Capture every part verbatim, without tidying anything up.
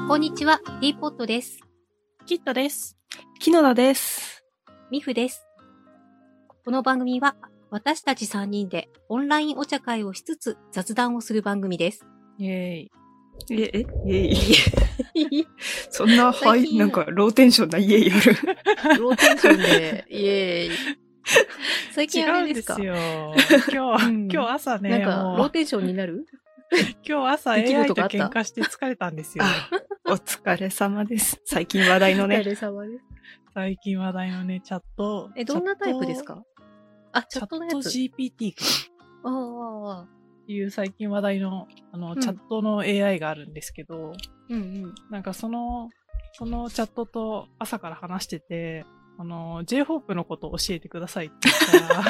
こんにちは、ティーポットです。 キットです。 木野田です。 ミフです。この番組は私たちさんにんでオンラインお茶会をしつつ雑談をする番組です。 イェーイ。 え、え、イェイ。そんな、はい、なんか、ローテンションなイェイある。 ローテンションで、イェーイ。最近あれですか？ 違うんですよ。今日、うん、今日朝ね、 なんか、ローテンションになる？ 今日朝 エーアイ と喧嘩して疲れたんですよ。 お疲れ様です。最近話題のね。 お疲れ様です。 最近話題のね、チャット。 え、どんなタイプですか？あ、チャットのやつ。 チャット ジーピーティー かな。 ああ。 っていう最近話題の、あの、うん、チャットの エーアイ があるんですけど、 うんうん。 なんかその、そのチャットと朝から話してて、あの、J-ホープ のことを教えてくださいって言ったら、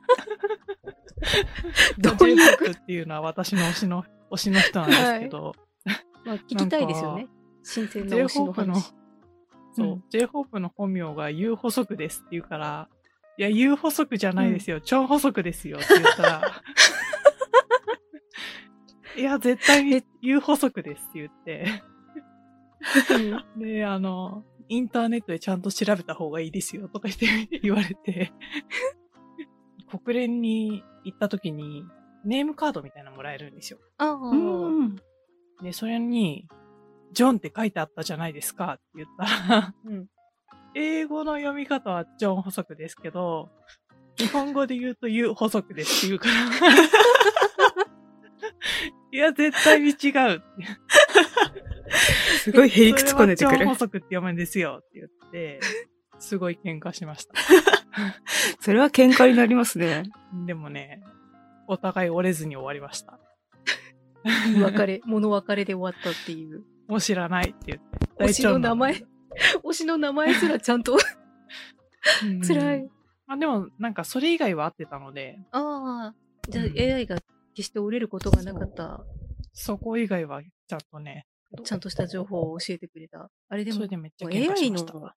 どういう J-ホープ っていうのは私の推しの、推しの人なんですけど、はい、 まあ、聞きたいですよね。新鮮な推しの話。 そう、うん、J-ホープ の本名がユー補足ですって言うから、いや、ユー補足じゃないですよ、うん、チョン補足ですよって言ったら、いや、絶対にユー補足ですって言って、で、あの、インターネットでちゃんと調べた方がいいですよとか言って言われて、国連に行った時にネームカードみたいなのもらえるんですよ。 ああ。うん。 で、それに、ジョンって書いてあったじゃないですかって言ったら、うん、英語の読み方はジョン補足ですけど、日本語で言うとユー補足ですって言うから、いや、絶対に違う。 すごいへりくつこねてくる。 それはジョン補足って読むんですよって言って、すごい喧嘩しました。 それは喧嘩になりますね。 でもね、お互い折れずに終わりました。 別れ、物別れで終わったっていう。 もう知らないって言って。 推しの名前、推しの名前すらちゃんと辛い。 まあでも、なんかそれ以外は合ってたので。 ああ、じゃあ エーアイ が決して折れることがなかった。 そ, そこ以外はちゃんとね。 ちゃんとした情報を教えてくれた。あれでも、 それでめっちゃ喧嘩しました。 エーアイ の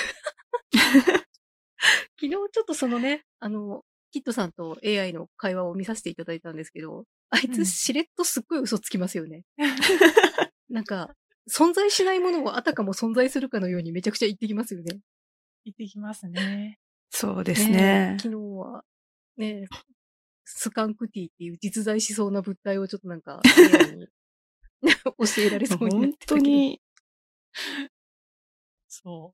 昨日ちょっとそのね、あの、キッドさんと エーアイ の会話を見させていただいたんですけど、あいつしれっとすっごい嘘つきますよね。うん、なんか、存在しないものをあたかも存在するかのようにめちゃくちゃ言ってきますよね。 言ってきますね。 そうですね。 ね昨日は、ね、スカンクティっていう実在しそうな物体をちょっとなんか、エーアイ に教えられそうになってたけど。本当に。 そう。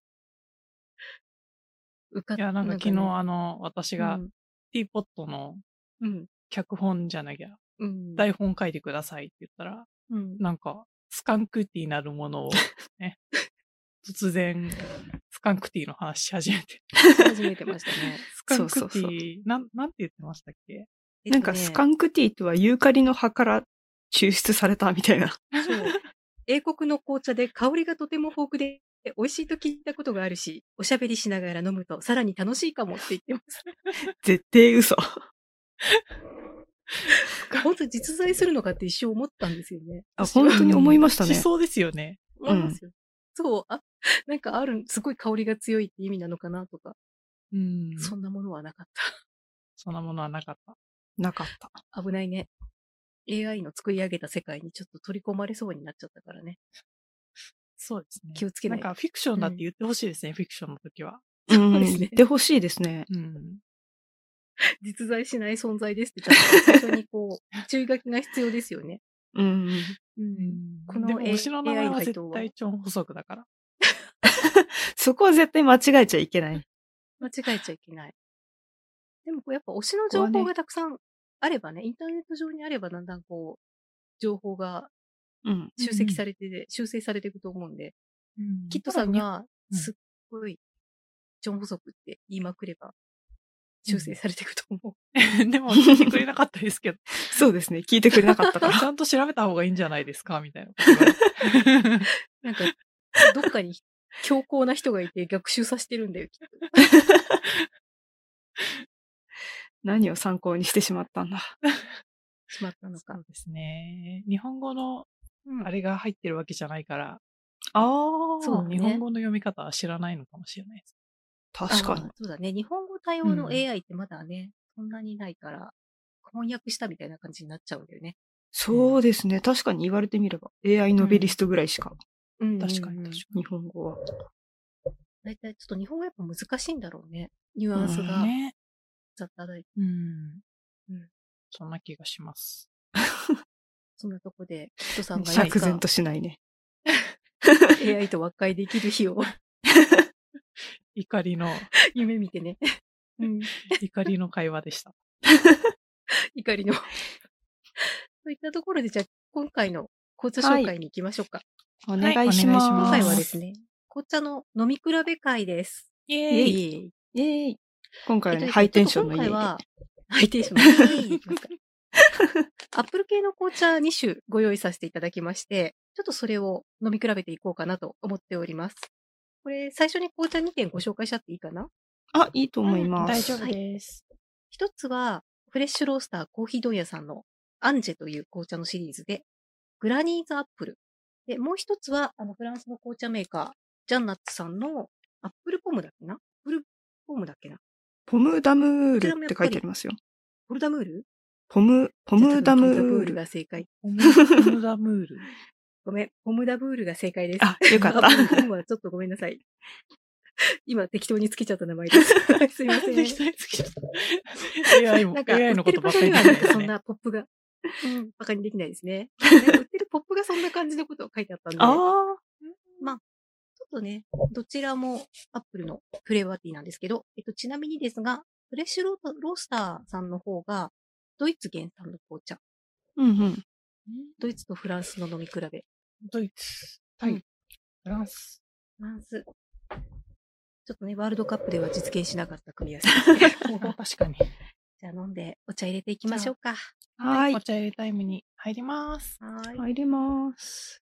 いや、なんか昨日、ね、あの、私が、ティーポットの脚本じゃなきゃ、うん、台本書いてくださいって言ったら、うん、なんか、スカンクティなるものをね、突然、スカンクティの話し始めて。 始めてましたね。 スカンクティ、そうそうそうなん、なんて言ってましたっけ？ えっとね、なんかスカンクティとはユーカリの葉から抽出されたみたいな。そう。 英国の紅茶で香りがとても豊富で、美味しいと聞いたことがあるし、おしゃべりしながら飲むとさらに楽しいかもって言ってます。 絶対嘘。 本当に実在するのかって一生思ったんですよね。 あ、本当に思いましたね。 しそうですよね。 思いますよ。うん、そう、あ、なんかある、すごい香りが強いって意味なのかなとか。うん。そんなものはなかった。 そんなものはなかった。 なかった。 危ないね。エーアイ の作り上げた世界にちょっと取り込まれそうになっちゃったからね。 そうですね。 気をつけない。 なんかフィクションだって言ってほしいですね、うん、フィクションの時は。 そうですね。言ってほしいですね。 うん。 実在しない存在ですってちゃんと最初にこう、注意書きが必要ですよね。 うん。 うん。 このでも推しの名前は絶対チョン補足だから。 そこは絶対間違えちゃいけない。 間違えちゃいけない。でもこうやっぱ推しの情報がたくさんあればね、インターネット上にあればだんだんこう、情報が集積されて、うん、修正されていくと思うんで、うん、キットさんがすっごいジョン補足って言いまくれば修正されていくと思う。 うん、でも聞いてくれなかったですけど。 そうですね。聞いてくれなかったから。 ちゃんと調べた方がいいんじゃないですかみたいな。 なんか、どっかに強硬な人がいて学習させてるんだよ、きっと。 何を参考にしてしまったんだ。 しまったのか。 そうですね。日本語のあれが入ってるわけじゃないから、うん、ああ、そう、 ね、日本語の読み方は知らないのかもしれないです。 確かに。 そうだね。日本語対応の エーアイ ってまだね、うん、そんなにないから、翻訳したみたいな感じになっちゃうんだよね。 そうですね。確かに言われてみれば。エーアイ ノベリストぐらいしか。 うんうんうん。 確かに確かに。 日本語は。 だいたいちょっと日本語やっぱ難しいんだろうね。ニュうアンスがん。 ね。 雑多だい。 うん。 うん。 そんな気がします。 そんなとこで、キトさんがいつ釈然かとしないね。 エーアイ と和解できる日を怒りの、 夢見てね。うん。 怒りの会話でした。 怒りの。といったところで、じゃあ今回の紅茶紹介に行きましょうか。 お願いしはいお願いします。 今ま回はですね、紅茶の飲み比べ会です。 イイエーイ。 エイ。 イエーイ。 イェーイ。今回はね、 えっとハイテンションのイエイで。 ちょっと今回は、ハイテンションのイエーイいきますか。アップル系の紅茶に種ご用意させていただきまして、ちょっとそれを飲み比べていこうかなと思っております。これ、最初に紅茶にてんご紹介しちゃっていいかな？ あ、いいと思います。 大丈夫です。 一つは、フレッシュロースターコーヒー問屋さんのアンジェという紅茶のシリーズで、グラニーズアップル。で、もう一つは、あの、フランスの紅茶メーカー、ジャンナッツさんのアップルポムだっけなアップルポムだっけなポムダムールって書いてありますよ。 ポルダムールポム、ポムダムポムダブールール。 が正解。 ポム、ポムダムール。 ごめん、ポムダブールが正解です。 あ、よかった。 アップルポムはちょっとごめんなさい。今適当につけちゃった名前です。すいません。 適当につけちゃった。エーアイ も、 なんか、 エーアイ売ってるのことば場所にはね、 っかり出てるそんなポップが、うん、バカにできないですね。売ってるポップがそんな感じのことを書いてあったんで、 あまあ、ちょっとね、どちらもアップルのフレーバーティーなんですけど、えっと、ちなみにですが、フレッシュローロースターさんの方が、ドイツ原産の紅茶。 ー。うんうん。 ドイツとフランスの飲み比べ。 ドイツ、タイ、 うんフランス。 フランス。ちょっとね、ワールドカップでは実現しなかった組み合わせですね。 確かに。 じゃあ飲んでお茶入れていきましょうか。 はーい。 お茶入れタイムに入ります。 はーい。 入ります。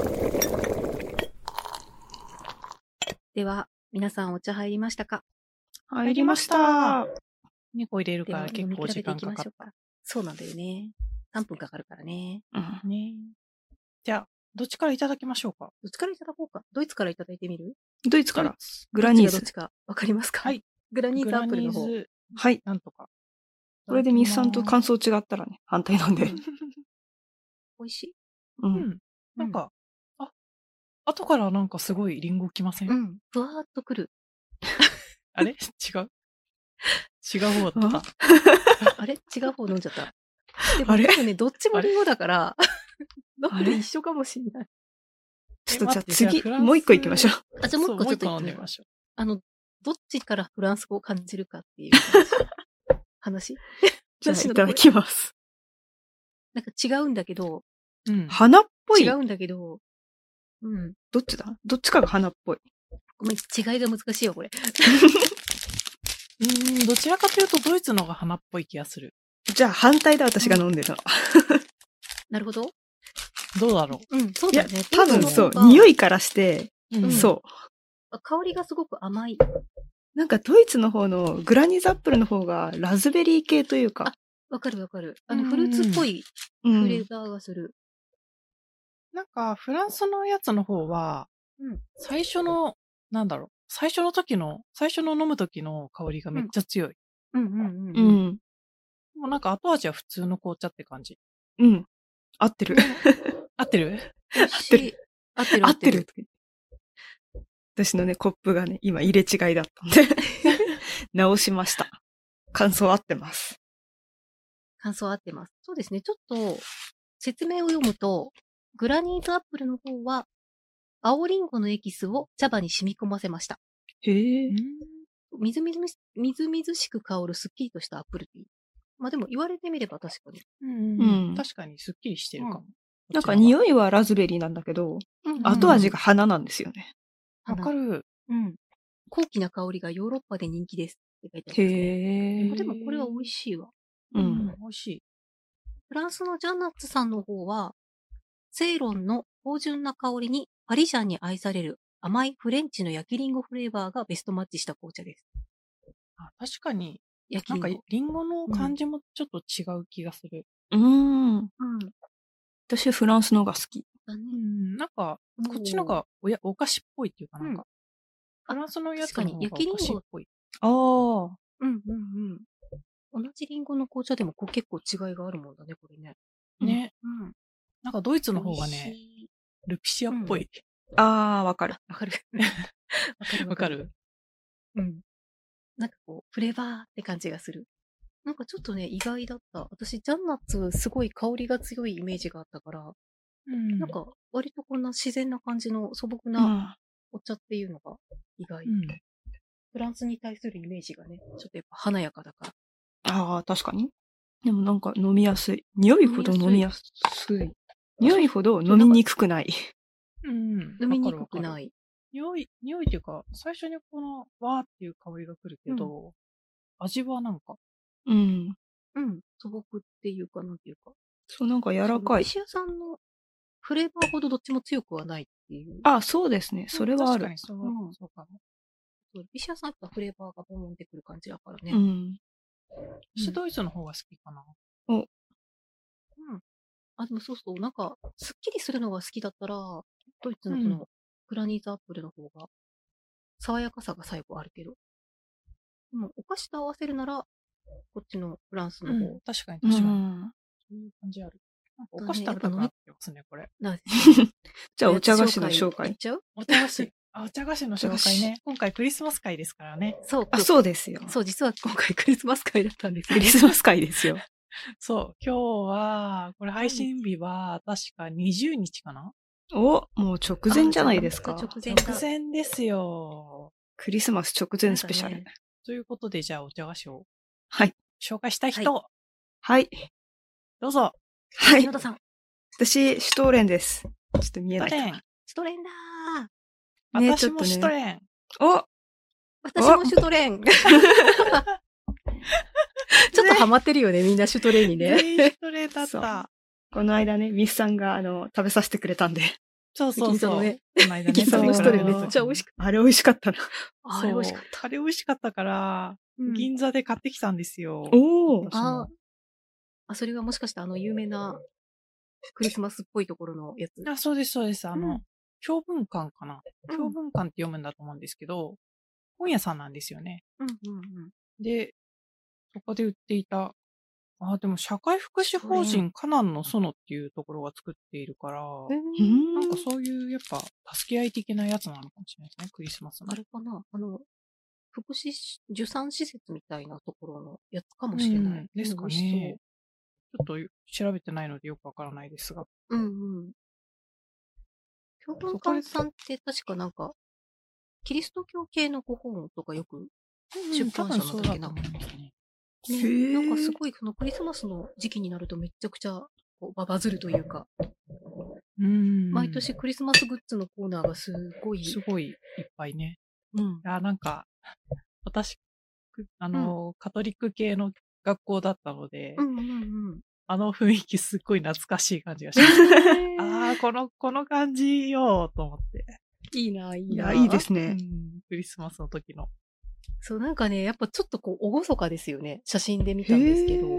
では、皆さんお茶入りましたか？ 入りました。 にこ入れるではから結構時間かかっ飲み比べていきましょうか。そうなんだよね。さんぷんかかるからね。 うんた。ね。じゃあ、どっちからいただきましょうか。 どっちからいただこうか。ドイツからいただいてみる？ ドイツからドイ。ツグラニーズどっち。がどっちかわかりますか？ はい。 グラニーズアップルの方。 グラニーズはい。 なんとか。 これでミスさんと感想。 想違ったらね、反対なんで。 美味しい。 う。 うんん。なんか、あ、後からなんかすごいリンゴきません？ うん。ふわーっとくる。 あれ違う違う方だった。 あれ違う方飲んじゃった。でもあれ多分ね、どっちもリンゴだから、飲あれんで一緒かもしんない。 ちょっとじゃあえ待って次、 フランスもう一個行きましょう。 あ、じゃあもう一個ちょっとそうもう一個飲ん言ってみようでみましょう。 あの、どっちからフランス語を感じるかっていう話。話じゃあ私のいただきます。 なんか違うんだけど、 うん。 花っぽい。 違うんだけど、うん。 どっちだどっちかが花っぽい。 ごめん、違いが難しいよ、これ。 うーん、どちらかというとドイツの方が花っぽい気がする。 じゃあ反対だ、私が飲んでたの。 なるほど。 どうだろうん、そういやだね。、 多分そう、 ドイツの方が匂いからして、 う。うん、 そう。 香りがすごく甘い。 なんかドイツの方のグラニーズアップルの方がラズベリー系というか。 わかるわかる。あの、 うんフルーツっぽいうん。 フレーバーがする。 なんか、フランスのやつの方は、 うん。 最初の、なんだろう、最初の時の、最初の飲む時の香りがめっちゃ強い。 うんうんうん。 ううん、 ん。 でもなんか後味は普通の紅茶って感じ。 うん。合ってる。 合ってる？ 美味しい。合ってる合ってる。私のね、コップがね、今入れ違いだったんで、直しました。感想合ってます。 感想合ってます。そうですね。ちょっと、説明を読むと、グラニーズアップルの方は、青リンゴのエキスを茶葉に染み込ませました。 へえ。 みずみずみず、みずみずしく香るすっきりとしたアップルティー。まあでも言われてみれば確かに。 うんうん確かにすっきりしてるかも。 なんかい匂いはラズベリーなんだけど、 うん後味が花なんですよね。 わかる。 うん。高貴な香りがヨーロッパで人気ですって書いてありますね。 へえあ。でもこれは美味しいわ。 ううんん。 美味しい。 フランスのジャンナッツさんの方は、セイロンの芳醇な香りにパリジャンに愛される甘いフレンチの焼きリンゴフレーバーがベストマッチした紅茶です。 あ確かに、なん焼きリンゴ。 かリンゴの感じもちょっと違う気がする。 うーん。 うん。 私フランスのが好き。 だね。 うん、なんか、こっちのがおやお菓子っぽいっていうかなんか、フランスのやつの方がお菓子っぽい。 ああ。 うんうんうん。同じリンゴの紅茶でもこう結構違いがあるもんだね、これね。 ね。 うん。 なんかドイツの方が美味ね、 しいルピシアっぽい。 あー、わかる。 わかる。わかるわかる。 うん。なんかこう、フレーバーって感じがする。なんかちょっとね、意外だった。私、ジャンナッツ、すごい香りが強いイメージがあったから、 うん。 なんか、割とこんな自然な感じの素朴う。 なんお茶っていうのが意外。 うん。 フランスに対するイメージがね、ちょっとやっぱ華やかだから。 ああ、確かに。でもなんか飲みやすい。匂いほど飲みやすい。匂いほど飲みにくくない。 うん。 飲みにくくい。 ない。 匂い、匂いっていうか、最初にこの、わーっていう香りが来るけど、味はなんか、 うん。 うん。素朴っていうか、なんていうか。 そう、なんか柔らかい。 石屋さんのフレーバーほどどっちも強くはないっていう。 あ、そうですね。それはある。 確かにそう、うん、そうかも。 そう、石屋さんやっぱフレーバーがボーンってくる感じだからね。 うん。 私ドイツの方が好きかな。 お。 うん。あ、でもそうそう、なんか、すっきりするのが好きだったら、ドイツのこのグラニーズアップルの方が、爽やかさが最後あるけど。でも、お菓子と合わせるなら、こっちのフランスの方。 うん、確かに確かに。 うん。 そういう感じある。なんかお菓子食べたくなってますね、これ。 じゃあ、お茶菓子の紹介。 いっちゃう？ お茶菓子。あ、お茶菓子の紹介ね。今回クリスマス会ですからね。 そう。 あ、そうですよ。 そう、実は今回クリスマス会だったんですよ。 クリスマス会ですよ。 そう。今日は、これ配信日は確かにじゅうにちかな？ お、もう直前じゃないですか。 直前直前ですよ。 クリスマス直前スペシャル。 ね、 ということで、じゃあお茶菓子を。 はい。 紹介したい人。 はい。はい。 どうぞ。 はい。 篠田さん。 私、シュトーレンです。ちょっと見えないかな。 シュトレンだー。ね、私もシュトレン。 お私もシュトレン。ちょっとハマってるよね、みんなシュトレンにね。 全員シュトレンだった。 この間ね、ミスさんが、あの、食べさせてくれたんで。 そうそうそう。 ね、 この間ね、 シュトレンめっちゃ美味しかった。 あれ美味しかったな。 あれ美味しかった。 あれ美味しかったから、うん、銀座で買ってきたんですよ。 おー。 ああ、それはもしかしてあの有名なクリスマスっぽいところのやつ。 あ、そうです、そうです。あの、教文館かな。教文館って読むんだと思うんですけど、本屋さんなんですよね。 うんうんうん。 で、そこで売っていた、あ、でも社会福祉法人カナンの園っていうところが作っているから、なんかそういうやっぱ助け合い的なやつなのかもしれないですね、クリスマスの。 あれかな、あの、福祉受産施設みたいなところのやつかもしれない。うん、 ですかね。ちょっと調べてないのでよくわからないですが。 うんうん。教文館さんって確かなんか、キリスト教系のご本とかよく出版社の時な。ね、なんかすごいこのクリスマスの時期になるとめちゃくちゃこうバズるというか、 うん毎年クリスマスグッズのコーナーがすごい。 すごいいっぱいね。 うん。 あ、なんか、私、あの、うん、カトリック系の学校だったので、 うんうんうん、 あの雰囲気すっごい懐かしい感じがします。ああ、この、この感じよと思って。 いいな、いいな。いいですね、 うん。クリスマスの時の。 そう、なんかね、やっぱちょっとこう、厳かですよね。写真で見たんですけど。 うん、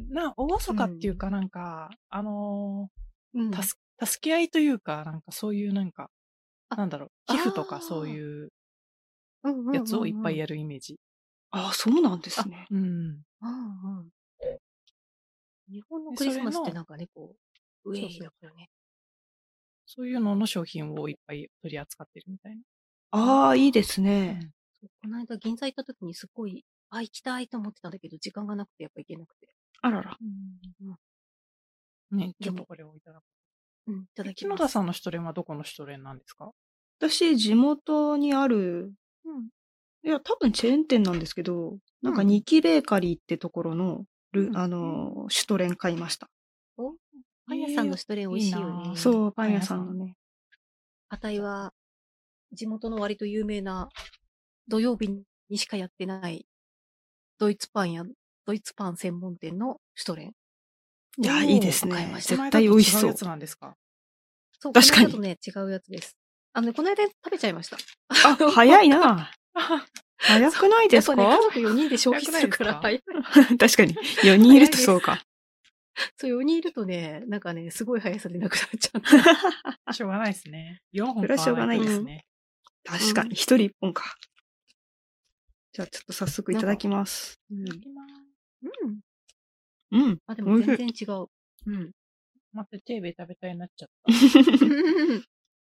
な、厳かっていうかなんか、うん、あのーうん、助、助け合いというか、なんかそういうなんか、なんだろう、寄付とかそういうやつをいっぱいやるイメージ。 ああ、そうなんですね。 うん。 うんうん。日本のクリスマスってなんかね、こう、ウェイだからね。 そういうのの商品をいっぱい取り扱ってるみたいな。 ああ、いいですね、 うん。この間銀座行った時にすごい、あ、行きたいと思ってたんだけど、時間がなくてやっぱ行けなくて。 あらら。 うん、ね、ちょっとこれをいただく。 うん、いただきます。 木野田さんのシュトレンはどこのシュトレンなんですか？ 私、地元にある、 うん、 いや、多分チェーン店なんですけど、なんかニキベーカリーってところの、うん、あの、シュトレン買いました。 お、パン屋さんのシュトレン美味しいよね。 いいそう、パン屋さんのね。 あたいは、地元の割と有名な、土曜日にしかやってない、ドイツパンや、ドイツパン専門店のシュトレン。 いや、いいですね。絶対美味しそう。 違うやつなんですか？ そう、確かに。この間とね、違うやつです。あのね、この間食べちゃいました。 あ、早いな。早くないですか？ やっぱね、家族よにんで消費するから早い。 確かに。よにんいるとそうか。 そう、よにんいるとね、なんかね、すごい速さでなくなっちゃった。しょうがないですね。よんほん買わないですね。 確かに、ひとりいっぽんか。じゃあ、ちょっと早速いただきます。 いただきます。 うん。うん。 あ、でも全然違う。うん。 待って、テーベ食べたいなっちゃった。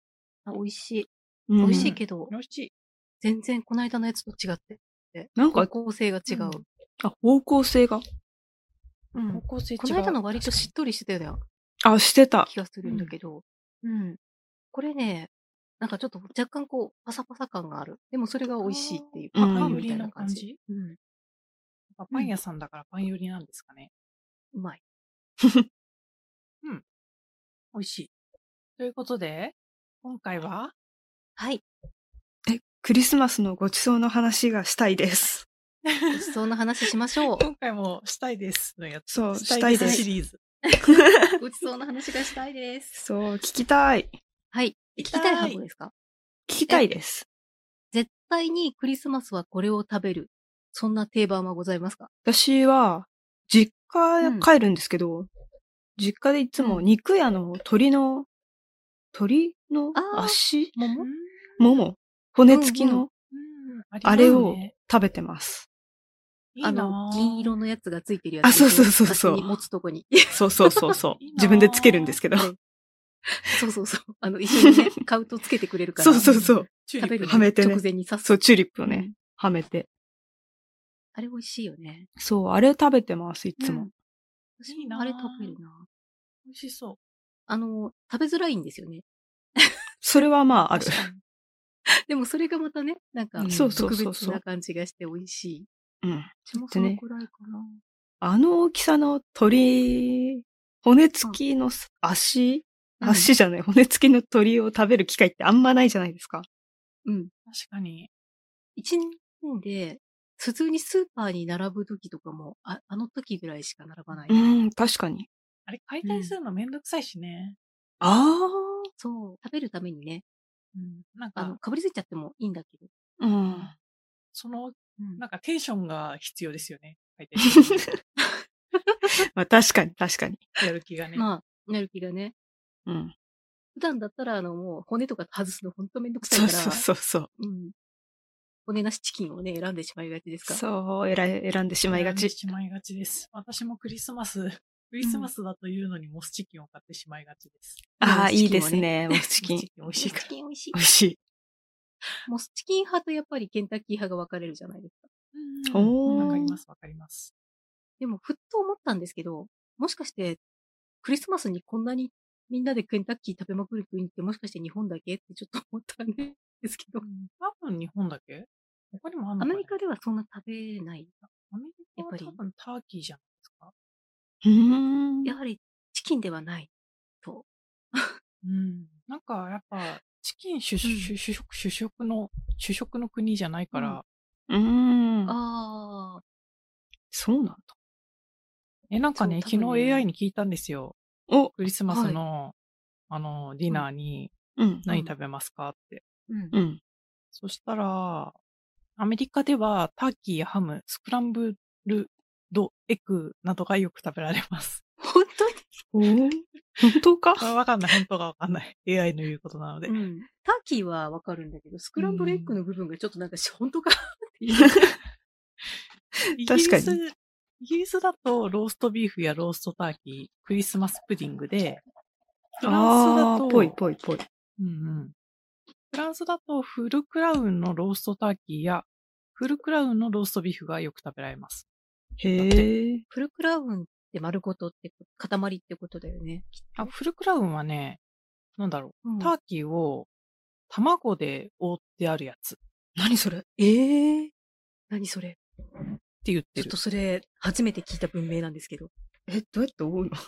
あ、美味しい。 う美味しいん。 けど、 美味しい。 全然この間のやつと違ってて、 なんか、 方向性が違う。 うんあ、方向性が。 うん。 方向性違う。 この間の割と確かしっとりしてたようなあ、してた。 気がするんだけど、うん。これね、なんかちょっと若干こう、パサパサ感がある。でもそれが美味しいっていう、 うんパパンみたいな感じ。 パン寄りうん。 パパン屋さんだからパン寄りなんですかね。 うまい。 うん。美味しい。ということで、今回は、 はい。 え、クリスマスのごちそうの話がしたいです。 ごちそうの話しましょう。 今回もしたいですのやつ。 そうしたいですしたいですシリーズ。 ごちそうの話がしたいです。 そう、聞きたい。 はい。聞きたい派ですか？ 聞きたいです。 絶対にクリスマスはこれを食べる。そんな定番はございますか？ 私は、実家うん帰るんですけど、実家でいつもうん肉屋の鶏の、鶏のあー足桃もも骨付きの、 うんうんうんありますねあれを食べてます。 いいなあの、 ぁ銀色のやつがついてるやつあそうそうそうそう勝手に持つとこに。 そうそうそうそういいなぁ自分でつけるんですけど。 あれそうそうそう。あの、一緒にね、買うとつけてくれるから。 そうそうそう。 チューリップ食べるはめてね直前に刺す。 そう、チューリップをね、 うんはめて。 あれ美味しいよね。 そう、あれ食べてます、いつも。 うん私いいなぁもあれ食べるな。 美味しそう。 あの、食べづらいんですよね。 それはまあ、ある。 確かにでもそれがまたね、なんか、 うんそうそう特そうそう別な。感じがして美味しい。 うん。 私もそのくらいかな。 あの大きさの鳥、骨付きの足、 うん足じゃない、骨付きの鳥を食べる機会ってあんまないじゃないですか。 うん。 確かに。 一年で、普通にスーパーに並ぶ時とかも、あ、あの時ぐらいしか並ばない。 うん、確かに。 あれ、解体するのめんどくさいしね。 あそう。食べるためにね、 うん。なんあの、 か、 かぶりついちゃってもいいんだけど。 あ、うん。 その、 うんなんかテンションが必要ですよね。解体するまあ確かに、確かに。 のやる気がね。 まあ、なる気がね。 うん。 普段だったら、あの、もう骨とか外すのほんとめんどくさいから。 そうそうそうそう。 うん。骨なしチキンをね、選んでしまいがちですか？ そう、選選んでしまいが選んでち。 しまいがちです。私もクリスマス、クリスマスだというのにモスチキンを買ってしまいがちです。 ああ、 モスチキンはねいいですね、モスチキンモスチ。キン美味しいからモスチ。キン美味しい美。味しい。 モスチキン派とやっぱりケンタッキー派が分かれるじゃないですか。 うんおーわかります、わかります。 でも、ふっと思ったんですけど、もしかして、クリスマスにこんなにみんなでケンタッキー食べまくる国ってもしかして日本だけってちょっと思ったんですけど、 多分日本だけ他にもあんのかなアメリカではそんな食べない。 アメリカはやっぱり多分ターキーじゃないですか。 うーん。 やはりチキンではないと。 うん。なんかやっぱ、チキン主,、主主食、主食の、主食の国じゃないから、 うーん。 ああ、 そうなんだ。 え、なんかね、昨そう多分ね日 エーアイ に聞いたんですよ。 お、 クリスマスの、あの、ディナーにうん。 何食べますかって。 うん。 うん。 そしたら、アメリカではターキーやハム、スクランブルドエッグなどがよく食べられます。 本当におー本当かあわかんない。本当がわかんない。エーアイ の言うことなので。 うん。ターキーはわかるんだけど、スクランブルエッグの部分がちょっとなんか、本当かっていう。 イギリ確かス、イギリスだとローストビーフやローストターキー、クリスマスプディングで、フランスだと、 あーぽいぽいぽい。 うんうん。フランスだとフルクラウンのローストターキーやフルクラウンのローストビーフがよく食べられます。 へえ。 フルクラウンって丸ごとって、塊ってことだよね。 あ、フルクラウンはね、なんだろう、 うんターキーを卵で覆ってあるやつっ何それええ何それ。 て言ってるちょっと。それ、初めて聞いた文明なんですけど。 え、どうやって覆うの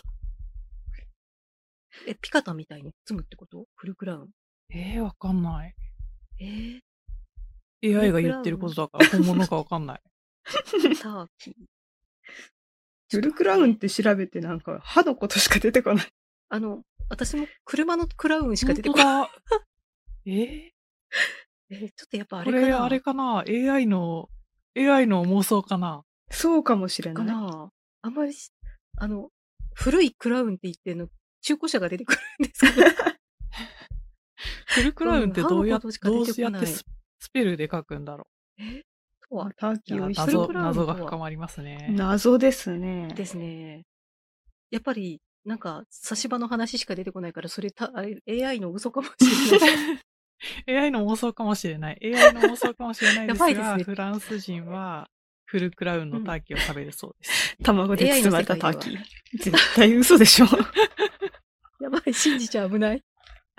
え、ピカタみたいに包むってことフルクラウン。 えー、わかんない。 えー、 エーアイ が言ってることだから本物かわかんない。 ターキー。 フルクラウンって調べてなんか歯のことしか出てこない。 あの、私も車のクラウンしか出てこない。 本当だ。えー、 えーちょっとやっぱあこれかなれあれかな ?エーアイ の、エーアイ の妄想かなそうかもしれかない。 なあんまりし、あの、古いクラウンって言ってんの、中古車が出てくるんですけど。 フルクラウンってどうやっうん歯のことしかどう出てこないやってススペルで書くんだろえとはターキー美味し謎そうフルク。ラウンとは謎が深まりますね。 謎ですね。 ですね。やっぱり、 なんか、差し歯の話しか出てこないから、それた、あれ、エーアイ の嘘かもしれない。 エーアイ の妄想かもしれない。エーアイ の妄想かもしれないですが、 やばいですね。 フランス人はフルクラウンのターキーを食べるそうです。 卵で包まれたターキー。絶対嘘でしょ。 やばい、信じちゃ危ない。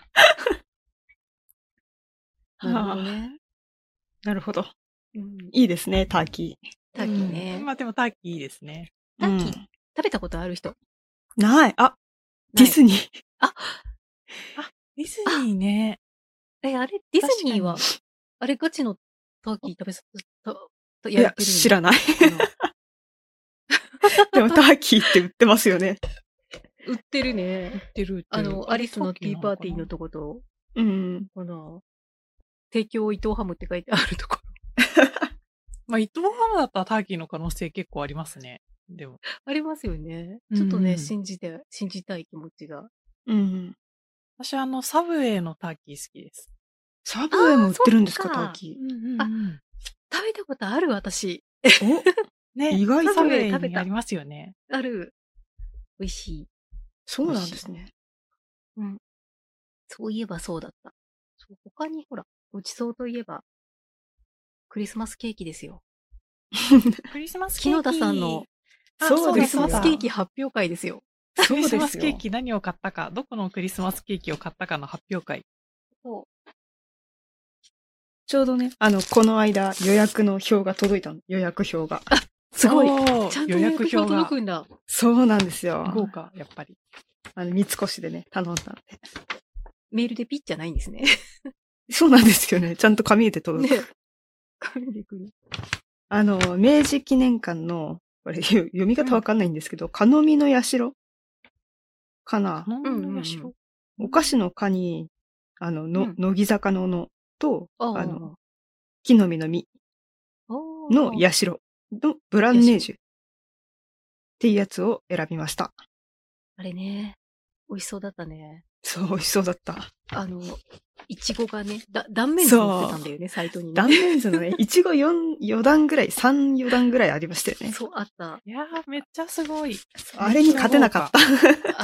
なるほどね。 なるほど。うん、いいですね、ターキー。 ターキーね。 うん、まあでもターキーいいですね。 ターキー、うん、食べたことある人？ ない。あ、ディズニー。 あ、 あ、ディズニーね。 え、あれ、ディズニーは、あれガチのターキー食べさせた、 いや、知らない。でもターキーって売ってますよね。 売ってるね。 売ってる。 あの、アリスのティーパーティーのとこと、 うん。 この、提供伊藤ハムって書いてあるところ。 まあ、伊藤ハムだったらターキーの可能性結構ありますね。でも。 ありますよね。ちょっとね、うん、信じて、信じたい気持ちが。 うん。 私、あの、サブウェイのターキー好きです。 サブウェイも売ってるんですか、ターキー。 うんうんうん、あ、食べたことある、私。 おね、 意外とサブウェイにありますよね。 ある。美味しい。 そうなんですね。 うん。そういえばそうだった。そう他にほら、ごちそうといえば、クリスマスケーキですよ。 クリスマスケーキ。 木野田さんの、 そうクリスマスケーキ発表会ですよ。 クリスマスケーキ何を買ったか、どこのクリスマスケーキを買ったかの発表会。 そう。 ちょうどね、あの、この間予約の表が届いたの。予約表が。 すごい。ちゃんと予約表届くんだ。 そうなんですよ。 豪華、やっぱり。 あの、三越でね、頼んだんで。 メールでピッじゃないんですね。 そうなんですよね。ちゃんと紙で届く。 ね、紙で来る。 あの、明治記念館の、これ読み方わかんないんですけど、かのみの社かな。 かのみの社、 お菓子のかに、あの、の、乃木坂ののと、あの、木の実の実の社のブランネージュっていうやつを選びました。 あれね、美味しそうだったね。 そう、美味しそうだった。 あの、いちごがね、だ断面図載ってたんだよね、サイトにね。 断面図のね、いちごよん、よ段ぐらい、さん、よ段ぐらいありましたよね。 そう、あった。 いやー、めっちゃすごい。 あれに勝てなかった。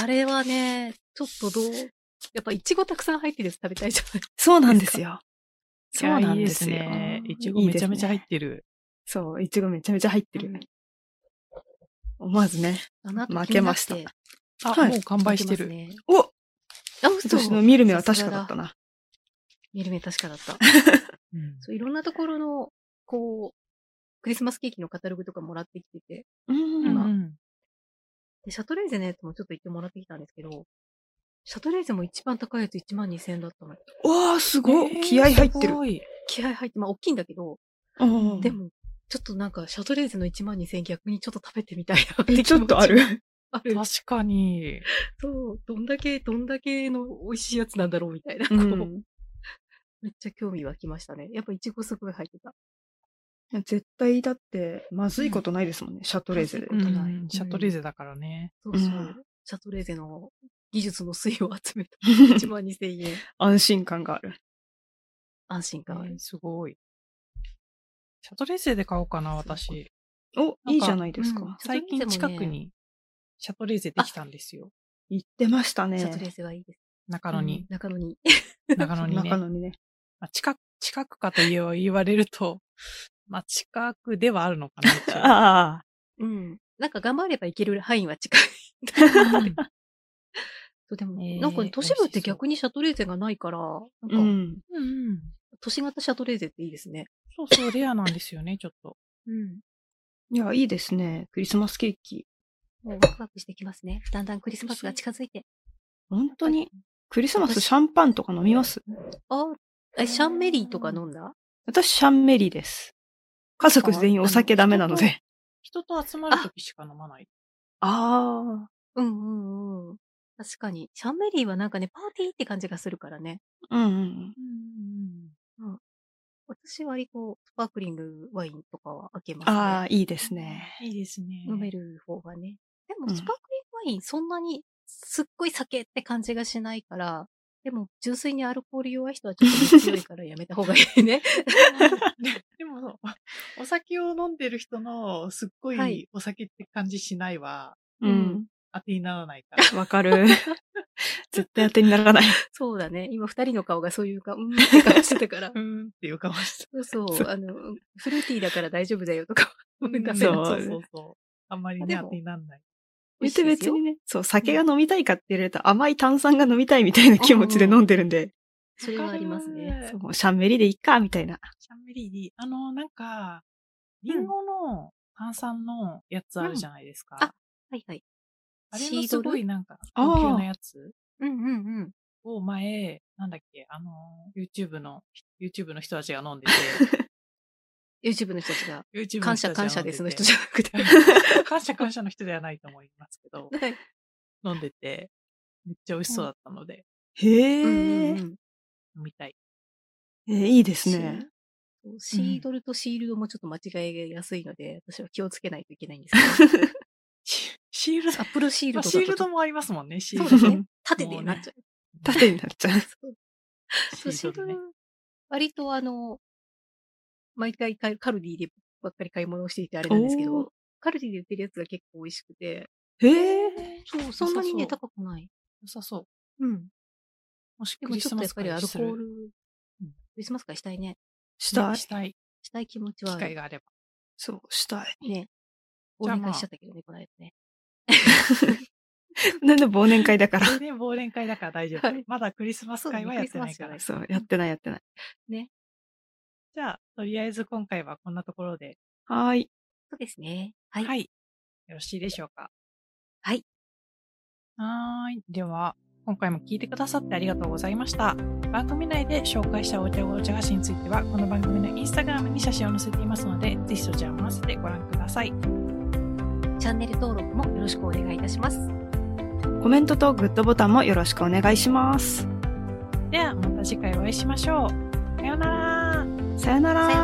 あれはね、ちょっとどう、やっぱいちごたくさん入ってるやつ食べたいじゃないですか。 そうなんですよ。 そうなんですよ。いちごめちゃめちゃ入ってる。 そう、いちごめちゃめちゃ入ってる。うん、思わずね、負けました。 あ、はい、もう完売してる。 ね、おあ、私の見る目は確かだったな。 見る目確かだった。うん、そういろんなところの、こう、クリスマスケーキのカタログとかもらってきてて、 うん今、 うん、 で。シャトレーゼのやつもちょっと言ってもらってきたんですけど、シャトレーゼも一番高いやついちまんにせんえんだったの。 わー、すごい、えー。気合入ってる。 気合入って、まあ、大きいんだけど、でも、ちょっとなんか、シャトレーゼのいちまんにせんえん逆にちょっと食べてみたいなって気持ち。 ちょっとある。 ある。 確かに。 そう、どんだけ、どんだけの美味しいやつなんだろうみたいな。こう、うん、めっちゃ興味湧きましたね。やっぱいちごすごい入ってた。 絶対だって、まずいことないですもんね、うん、シャトレーゼで。 うんうん、シャトレーゼだからね。 そうそう。うん、シャトレーゼの技術の粋を集めたいちまんにせんえん。 安心感がある。 安心感ある。 えー、すごい。シャトレーゼで買おうかな、私。 お、いいじゃないですか。うん、 最近近くにシャトレーゼできたんですよ。 言ってましたね。 シャトレーゼはいいです。 中野に。 うん、中野に。 中野にね。 中野にね。 まあ、近く、近くかと言われると、まあ近くではあるのかな。 ああ。 うん。なんか頑張れば行ける範囲は近い。そうでも、えー、なんか都市部って逆にシャトレーゼがないから、なんか、 うん、 うん、都市型シャトレーゼっていいですね。 そうそう、レアなんですよね、ちょっと。 うん。 いや、いいですね。クリスマスケーキ。 もうワクワクしてきますね。だんだんクリスマスが近づいて。 本当にクリスマスシャンパンとか飲みます？ あ、え、シャンメリーとか飲んだ？ 私、シャンメリーです。家族全員お酒ダメなので。 人と集まるときしか飲まない。 ああ。 うんうんうん。確かに。シャンメリーはなんかね、パーティーって感じがするからね。 うんうん。 うんうんうん。私割とスパークリングワインとかは開けますね。 ああ、いいですね。 いいですね。 飲める方がね。でもスパークリングワインそんなにすっごい酒って感じがしないから、でも純粋にアルコール弱い人はちょっと強いからやめた方がいいね。 でも、お酒を飲んでる人のすっごいお酒って感じしないわ。 うん。 当てにならないから。 わかる。絶対当てにならない。 そうだね。今二人の顔がそういうか、うーんって顔してたから。 うーんっていう顔してた。そうそう。あの、フルーティーだから大丈夫だよとか。 そうそうそうそう。あんまりね、当てにならない。 言って別にね、そう、酒が飲みたいかって言われると、甘い炭酸が飲みたいみたいな気持ちで飲んでるんで。 それはありますね。 そう、シャンメリーでいっか、みたいな。 シャンメリーでいい。あの、なんか、リンゴの炭酸のやつあるじゃないですか。 あ、はいはい。 あれのすごいなんか、高級なやつうんうんうん。 を前、なんだっけ、あの、YouTube の、YouTube の人たちが飲んでて。 YouTube の人たちが。 YouTube 感謝感謝ですの人じゃなくて。 感謝感謝の人ではないと思いますけど。 はい、 飲んでて、めっちゃ美味しそうだったので。 へぇー。飲みたい。 えー、いいですね。 シードルとシールドもちょっと間違えやすいので、私は気をつけないといけないんですけど。 シールドアップルシールドとか。 シールドもありますもんね、シールド。そうですね。縦でなっちゃう。 縦になっちゃう。 そう、シールドね。割とあの、毎回カルディでばっかり買い物をしていてあれなんですけど、カルディで売ってるやつが結構美味しくて。 へえ。 そう、そんなにね、高くない。 良さそう。 うん。 もしでもちょっとやっぱりアルコール、クリスマス会したいね。 したい。 したい。 したい気持ちはある。 機会があれば。 そう、したい。 ね。忘年会しちゃったけどね、この間ね。 なんで忘年会だから。 ね、忘年会だから大丈夫。まだクリスマス会はやってないから。 そう、やってないやってない。 ね。 じゃあ、とりあえず今回はこんなところで。 はい。 そうですね。はい。 はい。よろしいでしょうか。 はい。 はい。では、今回も聞いてくださってありがとうございました。番組内で紹介したお茶お茶菓子については、この番組のインスタグラムに写真を載せていますので、ぜひそちらも合わせてご覧ください。チャンネル登録もよろしくお願いいたします。 コメントとグッドボタンもよろしくお願いします。 では、また次回お会いしましょう。さようなら。 さよなら。